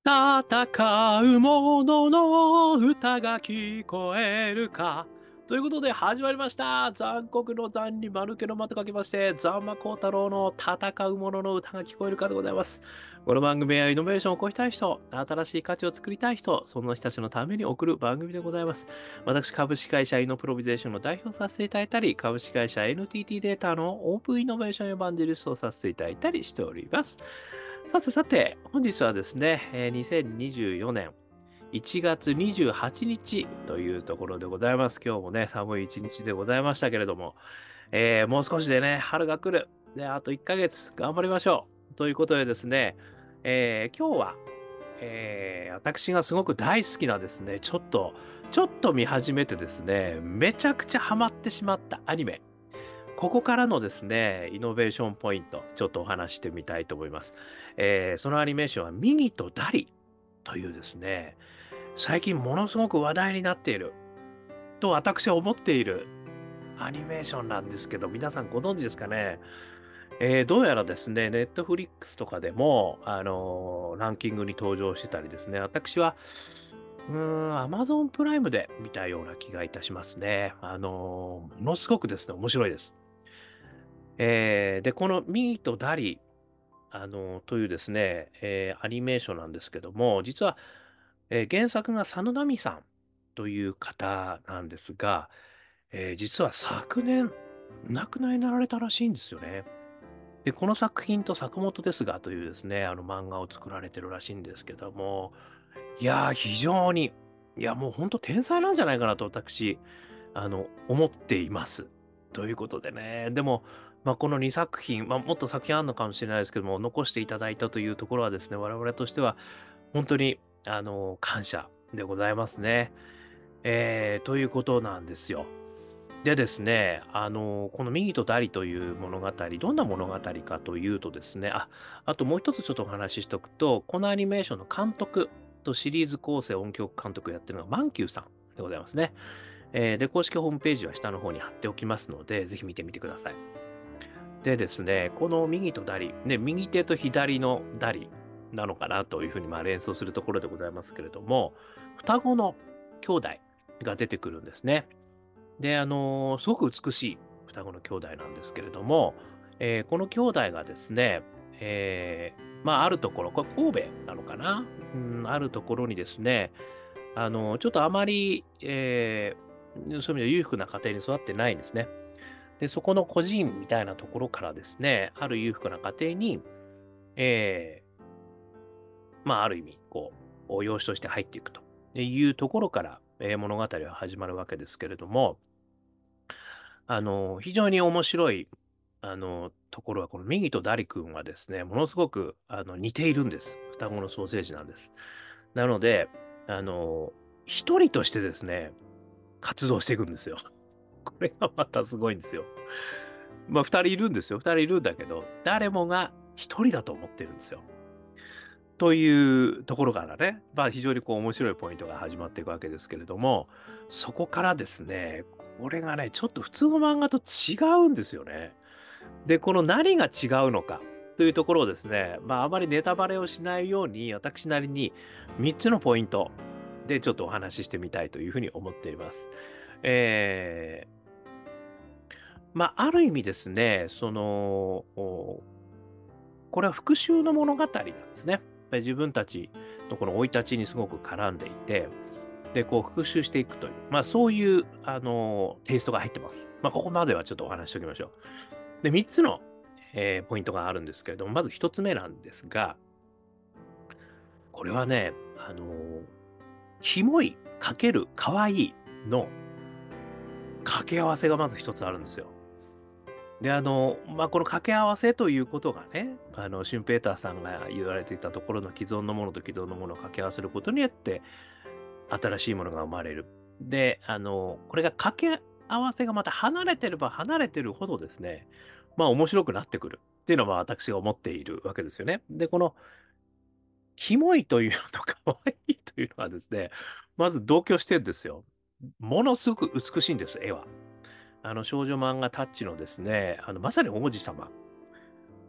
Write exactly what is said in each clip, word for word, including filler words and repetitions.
戦う者の歌が聞こえるか。ということで始まりました。残酷の残に丸けの間と書きまして、ザンマコウタロウの戦う者の歌が聞こえるかでございます。この番組はイノベーションを起こしたい人、新しい価値を作りたい人、その人たちのために送る番組でございます。私、株式会社イノプロビゼーションの代表をさせていただいたり、株式会社 エヌティーティー データのオープンイノベーションエヴァンジェリストをさせていただいたりしております。さてさて、本日はですね、えーにせんにじゅうよねんいちがつにじゅうはちにちというところでございます。今日もね、寒い一日でございましたけれども、えーもう少しでね、春が来る。で、あといっかげつ頑張りましょう。ということでですね、えー今日は、えー私がすごく大好きなですね、ちょっと、ちょっと見始めてですね、めちゃくちゃハマってしまったアニメ。ここからのですね、イノベーションポイント、ちょっとお話してみたいと思います。えーそのアニメーションはミニとダリというですね、最近ものすごく話題になっていると私は思っているアニメーションなんですけど、皆さんご存知ですかね。えーどうやらですね、ネットフリックスとかでも、あのーランキングに登場してたりですね、私は、うーん、アマゾンプライムで見たような気がいたしますね。あのーものすごくですね、面白いです。えーで、このミーとダリ、あの、というですね、えーアニメーションなんですけども、実は、えー原作が佐野奈美さんという方なんですが、えー実は昨年、お亡くなりになられたらしいんですよね。で、この作品と坂本ですがというですね、あの漫画を作られてるらしいんですけども、いやー、非常に、いや、もう本当天才なんじゃないかなと私、あの、思っています。ということでね、でも、まあ、このにさく品、まあ、もっと作品あるのかもしれないですけども、残していただいたというところはですね、我々としては本当に、あの、感謝でございますね。えーということなんですよ。でですね、あの、このミーとダリという物語、どんな物語かというとですね、あ、あともう一つちょっとお話ししておくと、このアニメーションの監督とシリーズ構成音響監督をやってるのがマンキューさんでございますね。えーで、公式ホームページは下の方に貼っておきますので、ぜひ見てみてください。でですね、この右とダリ、ね、右手と左のダリなのかなというふうにまあ連想するところでございますけれども、双子の兄弟が出てくるんですね。で、あのーすごく美しい双子の兄弟なんですけれども、えーこの兄弟がですね、えーまあ、あるところ、これ神戸なのかな、うん、あるところにですね、あのーちょっとあまり、えーそういう意味では裕福な家庭に育ってないんですね。で、そこの孤児院みたいなところからですね、ある裕福な家庭に、えーまあ、ある意味、こう、養子として入っていくというところから、えー物語は始まるわけですけれども、あの、非常に面白い、あの、ところは、このミギとダリ君はですね、ものすごく、あの、似ているんです。双子のソーセージなんです。なので、あの、一人としてですね、活動していくんですよ。これがまたすごいんですよ。まあ、二人いるんですよ。二人いるんだけど、誰もが一人だと思ってるんですよ。というところからね、まあ非常にこう面白いポイントが始まっていくわけですけれども、そこからですね、これがね、ちょっと普通の漫画と違うんですよね。で、この何が違うのかというところをですね、まああまりネタバレをしないように、私なりにみっつのポイントでちょっとお話ししてみたいというふうに思っています。えー、まあある意味ですね、その、おこれは復讐の物語なんですね。で自分たちのこの生い立ちにすごく絡んでいて、で、こう復讐していくという、まあそういう、あのテイストが入ってます。まあここまではちょっとお話ししておきましょう。で、みっつの、えーポイントがあるんですけれども、まずひとつめなんですが、これはね、あのキモいかける可愛いの掛け合わせがまず一つあるんですよ。で、あの、まあ、この掛け合わせということがね、あの、シュンペーターさんが言われていたところの既存のものと既存のものを掛け合わせることによって、新しいものが生まれる。で、あの、これが掛け合わせがまた離れてれば離れてるほどですね、まあ、面白くなってくるっていうのは私が思っているわけですよね。で、この、キモいというのと可愛いというのはですね、まず同居してるんですよ。ものすごく美しいんです、絵は。あの少女漫画タッチのですね、あのまさに王子様。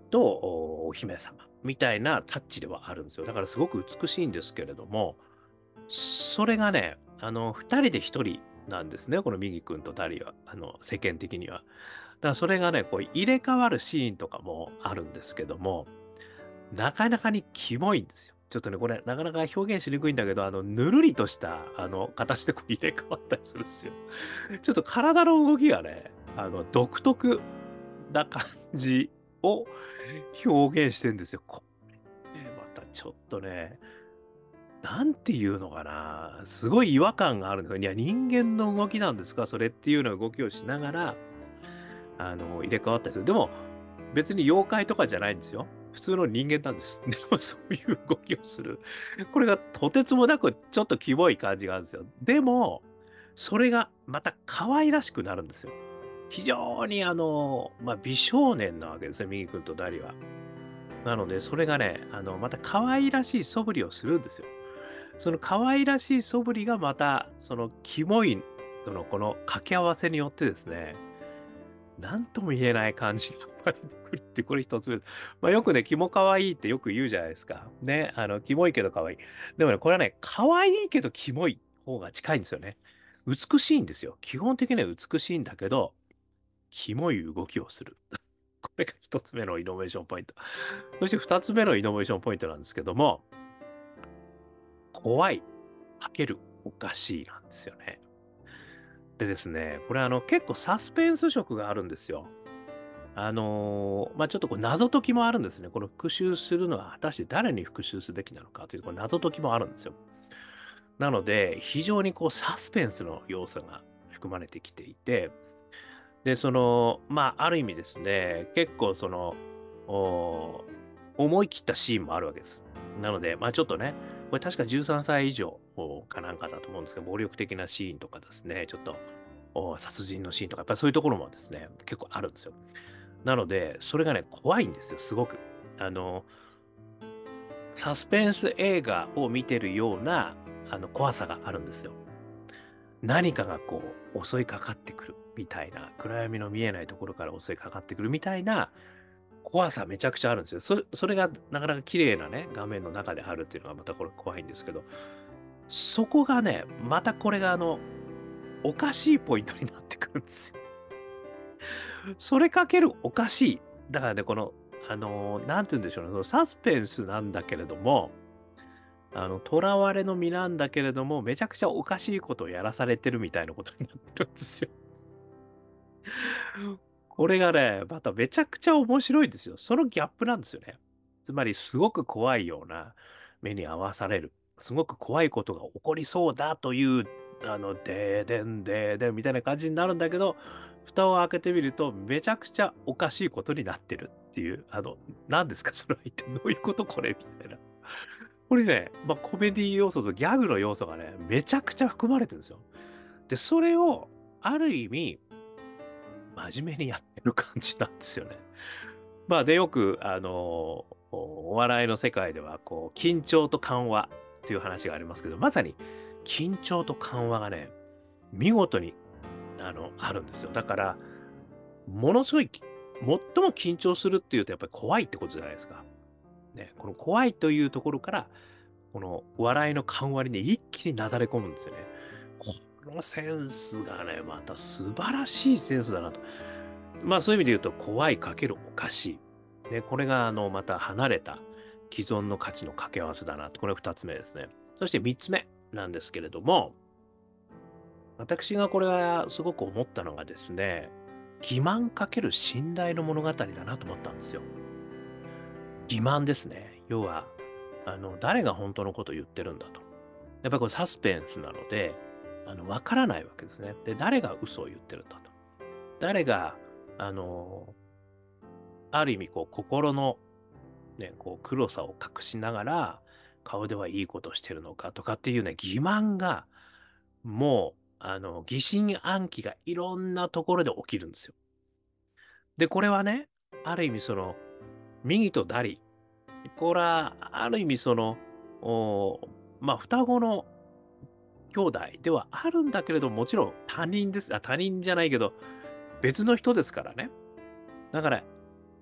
とおお姫様みたいなタッチではあるんですよ。だからすごく美しいんですけれども、それがね、あの、ふたりでひとりなんですね、このミギ君とダリは、あの、世間的には。だからそれがね、こう入れ替わるシーンとかもあるんですけども、なかなかにキモいんですよ。ちょっとね、これなかなか表現しにくいんだけど、あの、ぬるりとした、あの、形でこう入れ替わったりするんですよ。ちょっと体の動きがね、あの、独特な感じを表現してんですよ。これね、またちょっとね、なんていうのかな、すごい違和感があるんですよ。いや、人間の動きなんですか、それっていうような動きをしながら、あの、入れ替わったりする。でも、別に妖怪とかじゃないんですよ。普通の人間なんです。でもそういう動きをする。これがとてつもなくちょっとキモい感じがあるんですよ。でも、それがまた可愛らしくなるんですよ。非常にあの、まあ、美少年なわけですね、ミギ君とダリは。なので、それがね、あの、また可愛らしい素振りをするんですよ。その可愛らしい素振りがまた、そのキモい、その、この掛け合わせによってですね、なんとも言えない感じが生まれてくるってこれ一つ目。まあ、よくね、キモ可愛いってよく言うじゃないですか。ね、あの、キモいけど可愛い。でもね、これはね、可愛いけどキモい方が近いんですよね。美しいんですよ。基本的には美しいんだけど、キモい動きをする。これが一つ目のイノベーションポイント。そして二つ目のイノベーションポイントなんですけども、怖いかけるおかしいなんですよね。でですね、これあの結構サスペンス色があるんですよ。あのーまあ、ちょっとこう謎解きもあるんですね。この復讐するのは果たして誰に復讐すべきなのかというこの謎解きもあるんですよ。なので、非常にこうサスペンスの要素が含まれてきていて、で、その、まあ、ある意味ですね、結構その、お思い切ったシーンもあるわけです。なので、まあちょっとね、これ確かじゅうさんさい以上かなんかだと思うんですけど、暴力的なシーンとかですね、ちょっとお殺人のシーンとか、やっぱりそういうところもですね、結構あるんですよ。なので、それがね、怖いんですよ、すごく。あの、サスペンス映画を見てるような、あの、怖さがあるんですよ。何かがこう、襲いかかってくるみたいな、暗闇の見えないところから襲いかかってくるみたいな怖さめちゃくちゃあるんですよ。それそれがなかなか綺麗なね、画面の中であるっていうのがまたこれ怖いんですけど、そこがね、またこれがあの、おかしいポイントになってくるんですよ。それかけるおかしい。だからね、この、あの、なんて言うんでしょうね、そのサスペンスなんだけれども、あの、囚われの身なんだけれども、めちゃくちゃおかしいことをやらされてるみたいなことになってるんですよ。これがね、まためちゃくちゃ面白いんですよ。そのギャップなんですよね。つまりすごく怖いような目に遭わされる。すごく怖いことが起こりそうだという、あの、でーでんでーでんみたいな感じになるんだけど、蓋を開けてみると、めちゃくちゃおかしいことになってるっていう、あの、何ですかそれは一体どういうことこれみたいな。これね、まあ、コメディ要素とギャグの要素がね、めちゃくちゃ含まれてるんですよ。で、それをある意味、真面目にやってる感じなんですよね。まあ、で、よく、あの、おお笑いの世界では、こう、緊張と緩和っていう話がありますけど、まさに緊張と緩和がね、見事に、あの、あるんですよ。だから、ものすごい、き最も緊張するっていうとやっぱり怖いってことじゃないですか。ね、この怖いというところから、この笑いの緩和にね、一気になだれ込むんですよね。このセンスがね、また素晴らしいセンスだなと。まあそういう意味で言うと、怖いかけるおかしい。ね、これがあの、また離れた既存の価値の掛け合わせだなと。これ二つ目ですね。そして三つ目なんですけれども、私がこれはすごく思ったのがですね、欺瞞かける信頼の物語だなと思ったんですよ。欺瞞ですね。要は、あの、誰が本当のことを言ってるんだと。やっぱりこれサスペンスなので、あの、わからないわけですね。で、誰が嘘を言ってるんだと。誰が、あの、ある意味こう心のね、こう黒さを隠しながら、顔ではいいことをしてるのかとかっていうね、欺瞞が、もう、あの、疑心暗鬼がいろんなところで起きるんですよ。で、これはね、ある意味その、右とダリ、これはある意味その、おまあ、双子の兄弟ではあるんだけれども、もちろん他人です。あ、他人じゃないけど、別の人ですからね。だから、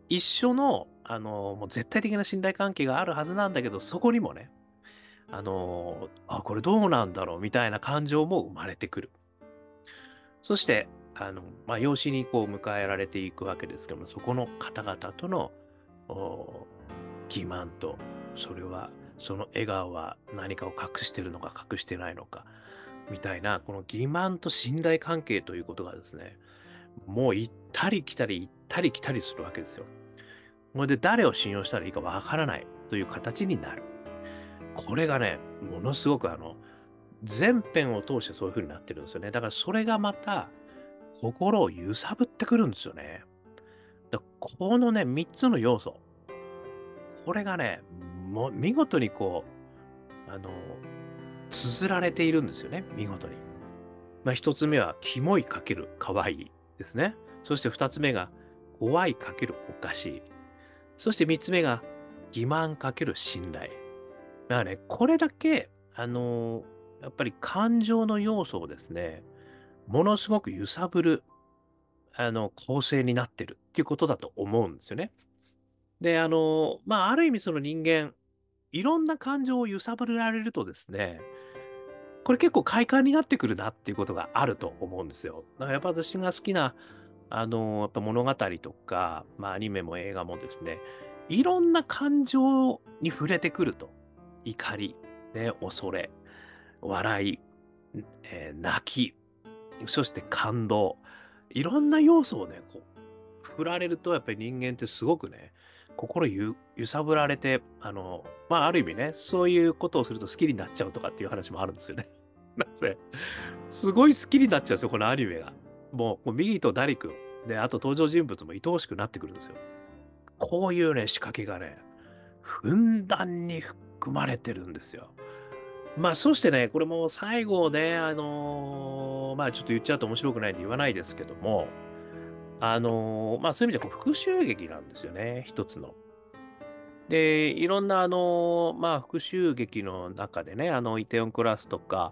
一緒の、あの、もう絶対的な信頼関係があるはずなんだけど、そこにもね、あの、あ、これどうなんだろうみたいな感情も生まれてくる。そして、あの、まあ、養子にこう迎えられていくわけですけども、そこの方々との、お欺瞞と、それは、その笑顔は何かを隠してるのか隠してないのか、みたいな、この欺瞞と信頼関係ということがですね、もう行ったり来たり行ったり来たりするわけですよ。それで誰を信用したらいいかわからないという形になる。これがね、ものすごくあの、全編を通してそういう風になってるんですよね。だからそれがまた、心を揺さぶってくるんですよね。だこのね、みっつの要素、これがね、もう見事にこう、あの、綴られているんですよね、見事に。まあ、ひとつめは、キモいかける可愛いですね。そしてふたつめが、怖いかけるおかしい。そしてみっつめが、欺瞞かける信頼。だからね、これだけ、あの、やっぱり感情の要素をですね、ものすごく揺さぶる、あの、構成になってるっていうことだと思うんですよね。で、あの、まあ、ある意味その人間、いろんな感情を揺さぶられるとですね、これ結構快感になってくるなっていうことがあると思うんですよ。だからやっぱ私が好きな、あの、やっぱ物語とか、まあ、アニメも映画もですね、いろんな感情に触れてくると。怒り、ね、恐れ、笑い、えー泣き、そして感動。いろんな要素をね、こう、振られるとやっぱり人間ってすごくね、心ゆ揺さぶられて、あの、まあ、ある意味ね、そういうことをすると好きになっちゃうとかっていう話もあるんですよね。なので、すごい好きになっちゃうんですよ、このアニメが。もう、もうミギーとダリ君、で、あと登場人物も愛おしくなってくるんですよ。こういうね、仕掛けがね、ふんだんに含まれてるんですよ。まあ、そしてね、これも最後ね、あの、まあ、ちょっと言っちゃうと面白くないんで言わないですけども、あの、まあ、そういう意味ではこう復讐劇なんですよね、一つの。で、いろんなあの、まあ、復讐劇の中でね、あの、イテウォンクラスとか、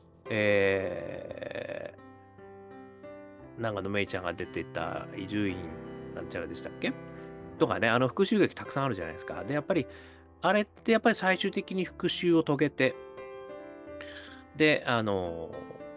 えー、長野めいちゃんが出てた伊集院なんちゃらでしたっけとかね、あの復讐劇たくさんあるじゃないですか。で、やっぱり、あれってやっぱり最終的に復讐を遂げて、で、あの、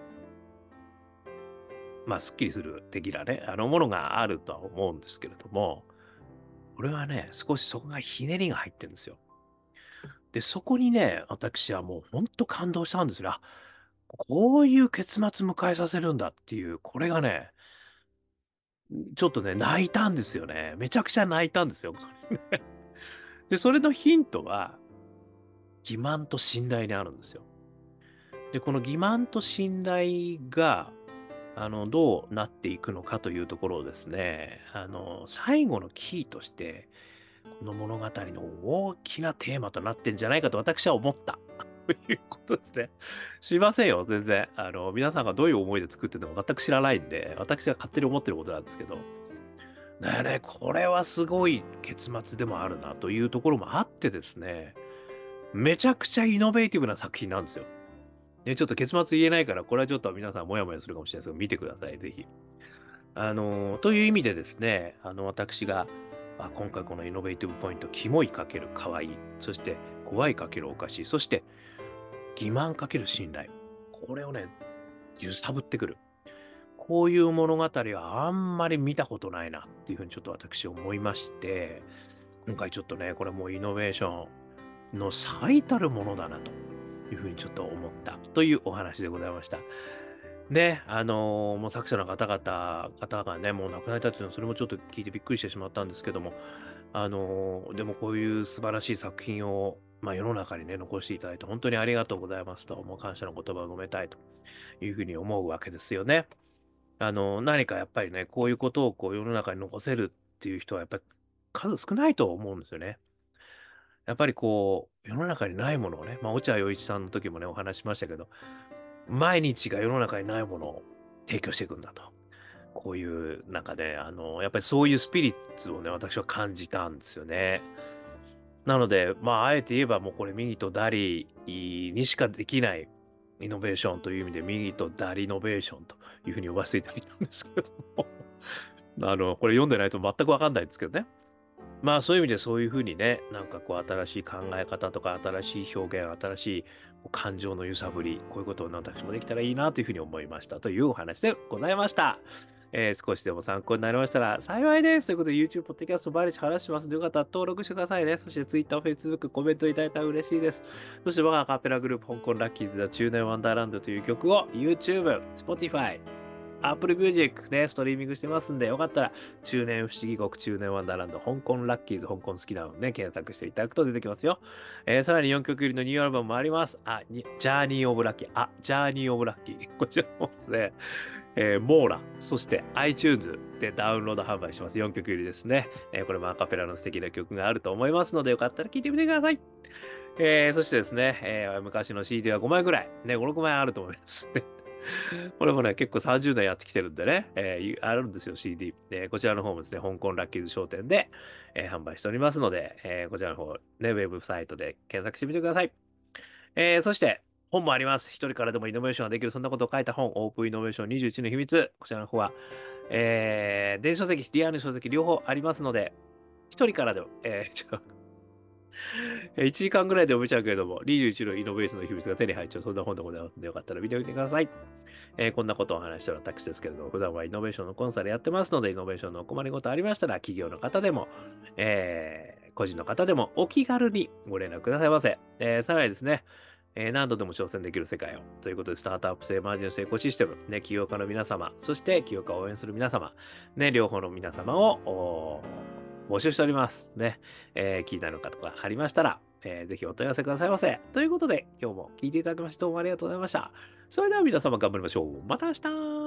まあ、すっきりする的なね、あのものがあるとは思うんですけれども、これはね、少しそこがひねりが入ってるんですよ。で、そこにね、私はもうほんと感動したんですよ。あ、こういう結末迎えさせるんだっていう、これがね、ちょっとね、泣いたんですよね。めちゃくちゃ泣いたんですよ。これねで、それのヒントは、欺瞞と信頼にあるんですよ。で、この欺瞞と信頼が、あの、どうなっていくのかというところをですね、あの、最後のキーとして、この物語の大きなテーマとなってんじゃないかと私は思った。ということですね。知りませんよ、全然。あの、皆さんがどういう思いで作ってるのか全く知らないんで、私が勝手に思ってることなんですけど。だよね、これはすごい結末でもあるなというところもあってですね、めちゃくちゃイノベーティブな作品なんですよ。で、ちょっと結末言えないから、これはちょっと皆さんもやもやするかもしれないですけど、見てください、ぜひ。あの、という意味でですね、あの、私が、あ、今回このイノベーティブポイント、キモいかける可愛い、そして怖いかけるおかしい、そして欺瞞かける信頼。これをね、揺さぶってくる。こういう物語はあんまり見たことないなっていうふうにちょっと私思いまして、今回ちょっとね、これもうイノベーションの最たるものだなというふうにちょっと思ったというお話でございました。ね、あのーもう作者の方々、方がね、もう亡くなられたっていうのは、それもちょっと聞いてびっくりしてしまったんですけども、あのーでもこういう素晴らしい作品を、まあ、世の中にね、残していただいて、本当にありがとうございますと、もう感謝の言葉を述べたいというふうに思うわけですよね。あのー何かやっぱりね、こういうことをこう世の中に残せるっていう人はやっぱり数少ないと思うんですよね。やっぱりこう、世の中にないものをね、まあ、落合陽一さんの時もね、お話ししましたけど、毎日が世の中にないものを提供していくんだと。こういう中で、あの、やっぱりそういうスピリッツをね、私は感じたんですよね。なので、まあ、あえて言えばもうこれ、右とダリにしかできないイノベーションという意味で、右とダリノベーションというふうに呼ばせていただいたんですけども、あの、これ読んでないと全くわかんないんですけどね。 まあそういう意味でそういう風にね、なんかこう新しい考え方とか、新しい表現、新しいこう感情の揺さぶり、こういうことを私もできたらいいなというふうに思いましたというお話でございました。えー少しでも参考になりましたら幸いです。ということで YouTube、Podcast 毎日話しますのでよかったら登録してくださいね。そして Twitter、Facebook、コメントいただいたら嬉しいです。そして我がアカペラグループ、香港ラッキーズでは中年ワンダーランドという曲を YouTube、Spotify、Apple Music ね、ストリーミングしてますんで、よかったら、中年不思議国、中年ワンダーランド、香港ラッキーズ、香港好きなのね、検索していただくと出てきますよ。えーさらによんきょく入りのニューアルバムもあります。あ、にジャーニー・オブ・ラッキー。あ、ジャーニー・オブ・ラッキー。こちらもですね、えーモーラ、そして iTunes でダウンロード販売します。よんきょく入りですね。えーこれもアカペラの素敵な曲があると思いますので、よかったら聴いてみてください。えーそしてですね、えー昔の シーディー はごまいぐらい、ね、ご、ろくまいあると思います。これもね、結構さんじゅうねんやってきてるんでね、えーあるんですよ、シーディー。えーこちらの方もですね、香港ラッキーズ商店で、えー販売しておりますので、えーこちらの方、ね、ウェブサイトで検索してみてください。えーそして、本もあります。一人からでもイノベーションができる、そんなことを書いた本、オープンイノベーションにじゅういちの秘密。こちらの方は、えー電子書籍、リアルの書籍両方ありますので、一人からでも、えーちょえーいちじかんぐらいで読めちゃうけれども、にじゅういちのイノベーションの秘密が手に入っちゃう、そんな本でございますので、よかったら見てみてください。えーこんなことをお話している私ですけれども、普段はイノベーションのコンサルやってますので、イノベーションのお困りごとありましたら、企業の方でも、えー個人の方でもお気軽にご連絡くださいませ。えーさらにですね、えー何度でも挑戦できる世界をということで、スタートアップ性エマージェンスエコシステム、ね、起業家の皆様、そして起業家を応援する皆様、ね、両方の皆様をおー募集しております。ね、えー気になる方がありましたら、えーぜひお問い合わせくださいませ。ということで、今日も聞いていただきましてどうもありがとうございました。それでは皆様頑張りましょう。また明日